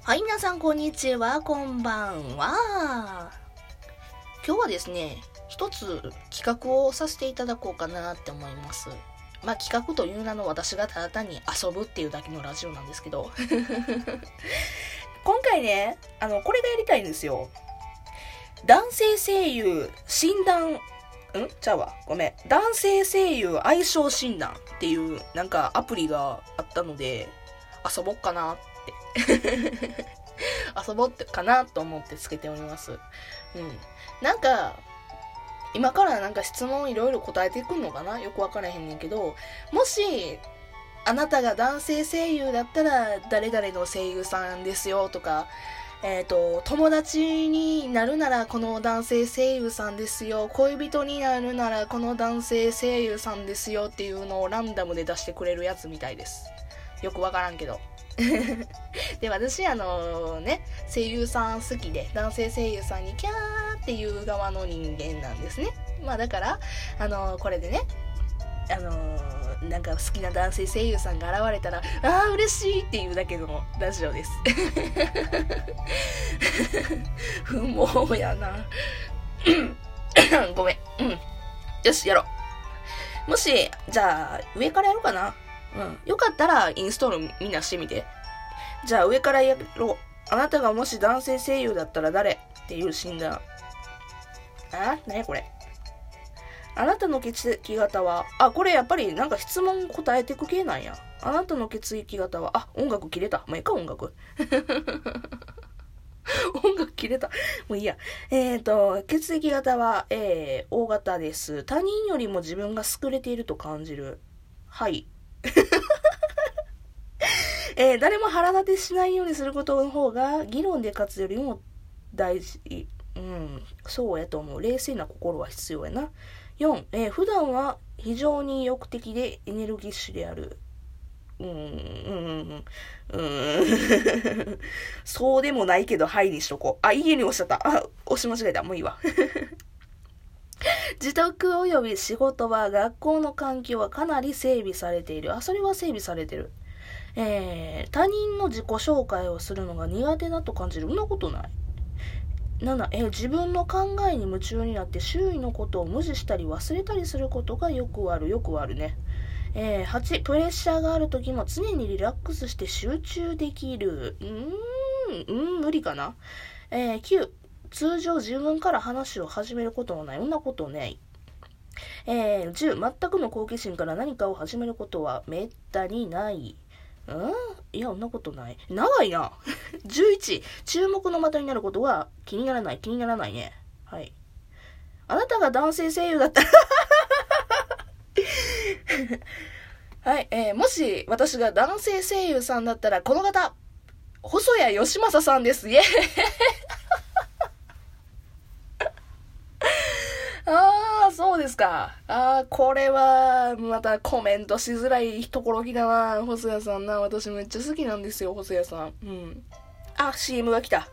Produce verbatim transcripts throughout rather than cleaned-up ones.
はい、皆さんこんにちは、こんばんは。今日はですね、一つ企画をさせていただこうかなって思います。まあ企画という名の私がただ単に遊ぶっていうだけのラジオなんですけど今回ね、あのこれがやりたいんですよ。男性声優診断んちゃうわごめん男性声優相性診断っていうなんかアプリがあったので遊ぼっかなって遊ぼうってかなと思ってつけております。うん。なんか今からなんか質問いろいろ答えていくのかな、よくわからへんねんけど、もしあなたが男性声優だったら誰々の声優さんですよとか、えっと友達になるならこの男性声優さんですよ、恋人になるならこの男性声優さんですよっていうのをランダムで出してくれるやつみたいです。よくわからんけどで、私あのね声優さん好きで男性声優さんにキャーっていう側の人間なんですね。まあだからあのこれでねあのなんか好きな男性声優さんが現れたらあー嬉しいっていうだけのラジオです不毛やなごめん、うん、よしやろう。もしじゃあ上からやろうかな。うん、よかったらインストールみんなしてみて。じゃあ上からやろう。あなたがもし男性声優だったら誰っていう診断。あ、なにこれ。あなたの血液型は、あ、これやっぱりなんか質問答えてく系なんや。あなたの血液型は、あ、音楽切れた。もういいか、音楽。音楽切れた。もういいや。えっと、血液型は、えー、O 型です。他人よりも自分が優れていると感じる。はい。えー、誰も腹立てしないようにすることの方が議論で勝つよりも大事。うん、そうやと思う。冷静な心は必要やな。よん、えー、普段は非常に意欲的でエネルギッシュである。うーん、うん、うん。そうでもないけど、はいにしとこう。あ、家に押しちゃった。あ、押し間違えた。もういいわ。自宅及び仕事は学校の環境はかなり整備されている。あ、それは整備されてる。えー、他人の自己紹介をするのが苦手だと感じる。そんなことない。なな、えー、自分の考えに夢中になって周囲のことを無視したり忘れたりすることがよくある。よくあるね。えー、はち、プレッシャーがある時も常にリラックスして集中できる。うーん、うーん、無理かな。えー、きゅう、通常自分から話を始めることもない。そんなことない。えー、じゅう、全くの好奇心から何かを始めることはめったにない。うんいや、そんなことない。長いな。じゅういち、注目の的になることは気にならない。気にならないね。はい。あなたが男性声優だったらはい、えー、もし私が男性声優さんだったらこの方、細谷義正さんです。イエーイあー、そうですか。あー、これは、またコメントしづらいところ来たな。細谷さんな。私めっちゃ好きなんですよ、細谷さん。うん。あ、シーエム が来た。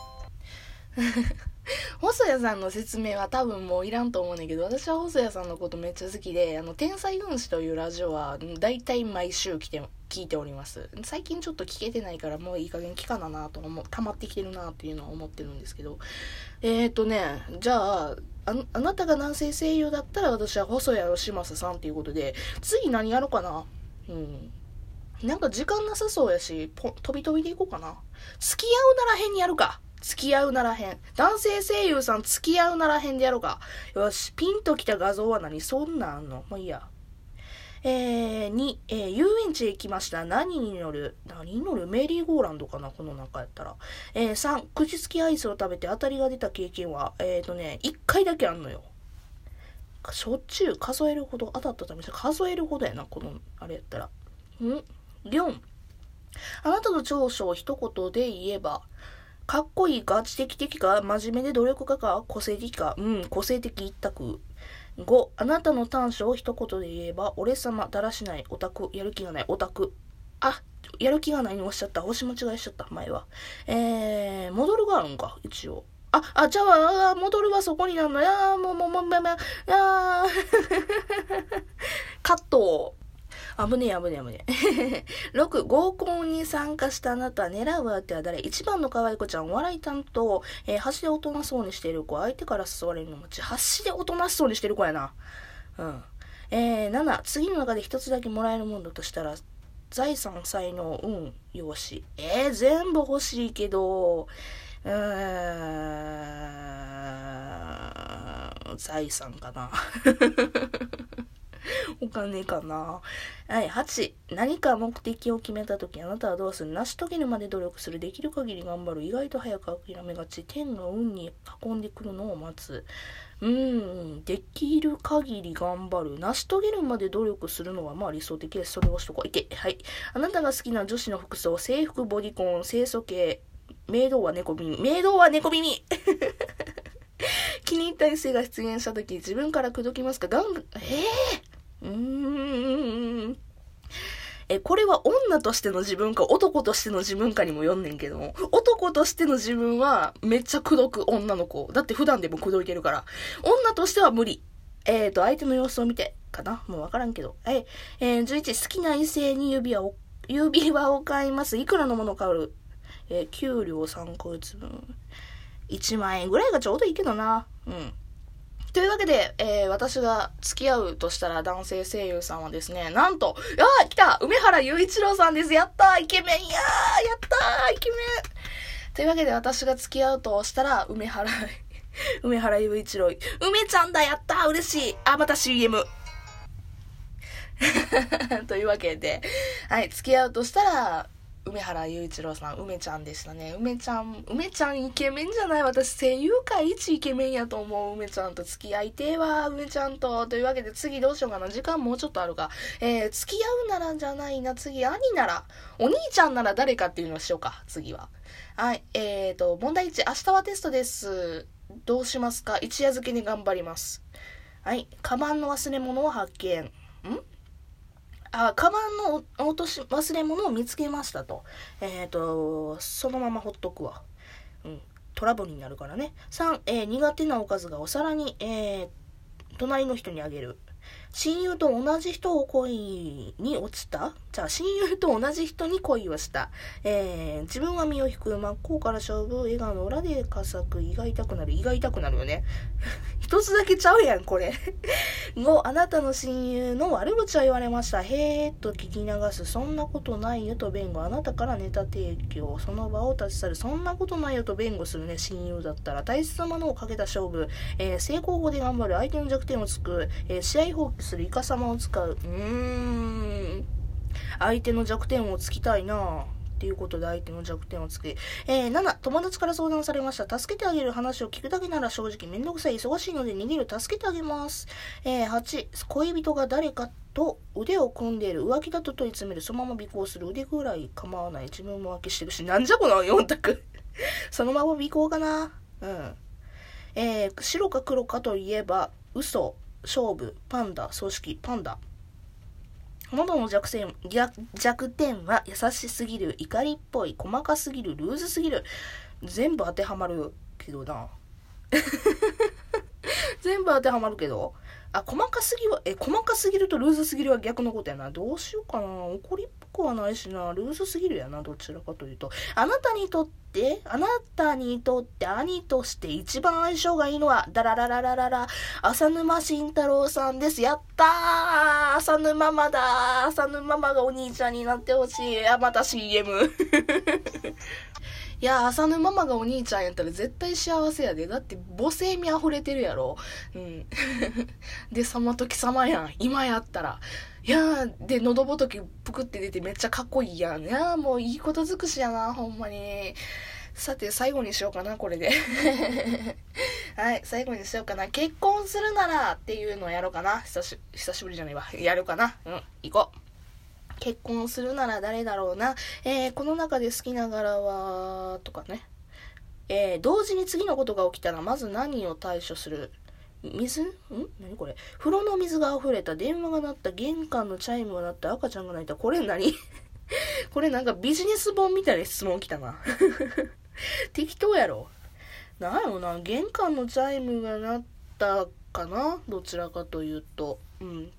細谷さんの説明は多分もういらんと思うねんけど、私は細谷さんのことめっちゃ好きで、あの、天才軍師というラジオは、だいたい毎週来て、聞いております。最近ちょっと聞けてないから、もういい加減聞かななと思う、溜まってきてるなっていうのは思ってるんですけど。えーとね、じゃあ、あ, あなたが男性声優だったら私は細谷義正さんっていうことで、次何やろうかな。うん。なんか時間なさそうやし、ぽ飛び飛びでいこうかな。付き合うならへんにやるか。付き合うならへん。男性声優さん付き合うならへんでやろうか。よし、ピンときた画像は何？そんなんあんの？もういいや。えー、に、えー、遊園地へ行きました。何に乗る？何に乗る？メリーゴーランドかなこの中やったら。えー、さん、口付きアイスを食べて当たりが出た経験は、えーとね、いっかいだけあんのよ。しょっちゅう数えるほど、当たったために数えるほどやな、この、あれやったら。ん ?よん、あなたの長所を一言で言えば、かっこいいか、知的的か、真面目で努力家か、個性的か、うん、個性的一択。ご、あなたの短所を一言で言えば、俺様、だらしない、オタク、やる気がない、オタク。あ、やる気がないにおっしゃった。押し間違いしちゃった、前は。えー、戻るがあるんか、一応。あ、あ、じゃあ、戻るはそこになるの。やー、もう、もう、もう、もう、もう、あー、カット。 危ねえ危ねえ危ねえ。ろく、合コンに参加したあなた、狙う相手は誰？いちばんの可愛い子ちゃん、お笑い担当、えー、端でおとなしそうにしている子、相手から誘われるのもち、端でおとなしそうにしてる子やな。うん。えー、なな、次の中で一つだけもらえるものだとしたら、財産、才能、運、容姿。えー、全部欲しいけど、うーん、財産かな。お金かな。はい、はち、何か目的を決めたときあなたはどうする？成し遂げるまで努力する。できる限り頑張る。意外と早く諦めがち。天が運に運んでくるのを待つ。うーん、できる限り頑張る。成し遂げるまで努力するのはまあ理想的です。それをしとこう。いけ。はい。あなたが好きな女子の服装、制服、ボディコン、清楚系、メイドは猫耳。メイドは猫耳気に入った異性が出現したとき自分から口説きますか？ガング、えー、うーん。え、これは女としての自分か男としての自分かにもよんねんけども、男としての自分はめっちゃ口説く女の子。だって普段でも口説いてるから。女としては無理。えーと、相手の様子を見てかな？もうわからんけど。え、えー、じゅういち、好きな異性に指輪を、指輪を買います。いくらのものを買う？えー、給料さんかげつぶん。いちまんえんぐらいがちょうどいいけどな。うん。というわけで、えー、私が付き合うとしたら男性声優さんはですね、なんと、あー来た梅原雄一郎さんです。やったーイケメンやーやったーイケメンというわけで私が付き合うとしたら、梅原、梅原雄一郎、梅ちゃんだやったー嬉しいあ、また シーエム というわけで、はい、付き合うとしたら、梅原雄一郎さん、梅ちゃんでしたね。梅ちゃん、梅ちゃんイケメンじゃない？私声優界一イケメンやと思う。梅ちゃんと付き合いてえわ、梅ちゃんと。というわけで次どうしようかな。時間もうちょっとあるか。えー、付き合うならじゃないな。次、兄なら。お兄ちゃんなら誰かっていうのをしようか。次は。はい。えーと、問題いち。明日はテストです。どうしますか？一夜漬けに頑張ります。はい。カバンの忘れ物を発見。んあ、カバンの落とし忘れ物を見つけましたと。えっと、そのままほっとくわ。うん。トラブルになるからね。さん、えー、苦手なおかずがお皿に、えー、隣の人にあげる。親友と同じ人を恋に落ちた？じゃあ、親友と同じ人に恋をした。えー、自分は身を引く。真っ向から勝負。笑顔の裏で佳作。胃が痛くなる。胃が痛くなるよね。一つだけちゃうやん、これ。ご、あなたの親友の悪口を言われました。へーっと聞き流す。そんなことないよと弁護。あなたからネタ提供。その場を立ち去る。そんなことないよと弁護するね、親友だったら。大切なものをかけた勝負。えー、成功法で頑張る。相手の弱点をつく。えー、試合放棄する。イカ様を使う。うーん。相手の弱点をつきたいなぁ。っていうことで相手の弱点をつけ、えー、なな、友達から相談されました。助けてあげる。話を聞くだけなら正直めんどくさい。忙しいので逃げる。助けてあげます。えー、はち、恋人が誰かと腕を組んでいる。浮気だと問い詰める。そのまま尾行する。腕ぐらい構わない。自分も浮気してるし。なんじゃこのよん択そのまま尾行かな。うん。えー、白か黒かといえば、嘘、勝負、パンダ、組織、パンダ。物の弱点、弱点は優しすぎる、怒りっぽい、細かすぎる、ルーズすぎる。全部当てはまるけどな。全部当てはまるけど。あ、細かすぎは、え、細かすぎるとルーズすぎるは逆のことやな。どうしようかな。怒りっぽくはないしな。ルーズすぎるやな。どちらかというと。あなたにとって、あなたにとって兄として一番相性がいいのは、ダララララララ、浅沼慎太郎さんです。やったー浅沼ママだ浅沼ママがお兄ちゃんになってほしい。あ、また シーエム いや、浅沼ママがお兄ちゃんやったら絶対幸せやで。だって母性味溢れてるやろ。うん。で、さまとき様やん。今やったら。いやー、で、喉仏ぷくって出てめっちゃかっこいいやん。いやー、もういいこと尽くしやな、ほんまに。さて、最後にしようかな、これで。はい、最後にしようかな。結婚するならっていうのをやろうかな。久し、久しぶりじゃないわ。やるかな。うん、行こう。結婚するなら誰だろうな。えー、この中で好きな柄は、とかね。えー、同時に次のことが起きたら、まず何を対処する？水？ん？何これ？風呂の水が溢れた、電話が鳴った、玄関のチャイムが鳴った、赤ちゃんが泣いた。これ何？これなんかビジネス本みたいな質問来たな。適当やろ。なんやろな。玄関のチャイムが鳴ったかな？どちらかというと。うん。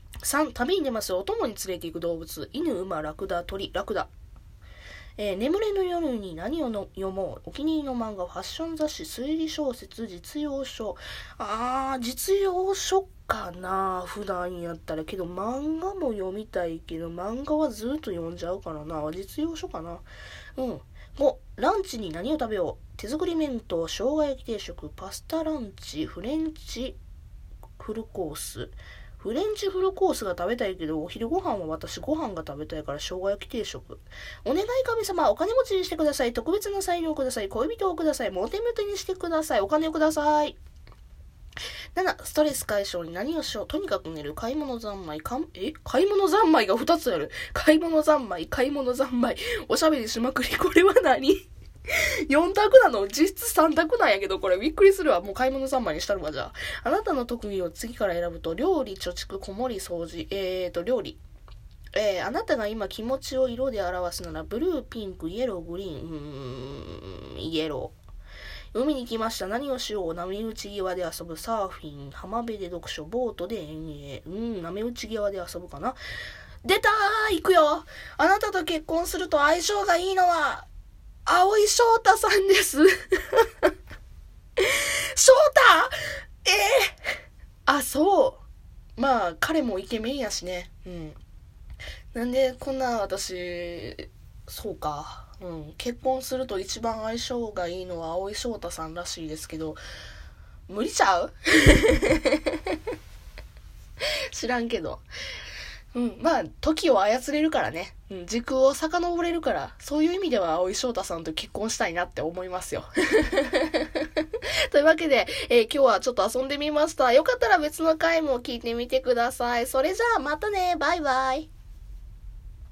さん、旅に出ます。お供に連れて行く動物。犬、馬、ラクダ、鳥、ラクダ。えー、眠れぬ夜に何をの読もう。お気に入りの漫画、ファッション雑誌、推理小説、実用書。あー、実用書かな。普段やったら。けど漫画も読みたいけど、漫画はずっと読んじゃうからな。実用書かな。うん。ご、ランチに何を食べよう。手作り弁当、生姜焼き定食、パスタランチ、フレンチフルコース。フレンチフルコースが食べたいけど、お昼ご飯は私ご飯が食べたいから生姜焼き定食。お願い神様、お金持ちにしてください。特別な才能をください。恋人をください。モテモテにしてください。お金をください。なな、ストレス解消に何をしよう。とにかく寝る。買い物三昧。かんえ買い物三昧がふたつある。買い物三昧。買い物三昧。おしゃべりしまくり。これは何よん択なの？実質さん択なんやけど、これびっくりするわ。もう買い物三昧にしたるわ、じゃあ。あなたの特技を次から選ぶと、料理、貯蓄、こもり、掃除。えーと、料理。えー、あなたが今気持ちを色で表すなら、ブルー、ピンク、イエロー、グリーン、うーん、イエロー。海に来ました。何をしよう。波打ち際で遊ぶ。サーフィン。浜辺で読書。ボートで遠泳。うん、波打ち際で遊ぶかな。出たー、行くよ。あなたと結婚すると相性がいいのは、青井翔太さんです。翔太えー、あ、そう。まあ、彼もイケメンやしね。うん。なんで、こんな私、そうか。うん。結婚すると一番相性がいいのは青井翔太さんらしいですけど、無理ちゃう知らんけど。うん、まあ時を操れるからね、うん、時空を遡れるから、そういう意味では青井翔太さんと結婚したいなって思いますよというわけで、えー、今日はちょっと遊んでみました。よかったら別の回も聞いてみてください。それじゃあまたね、バイバイ。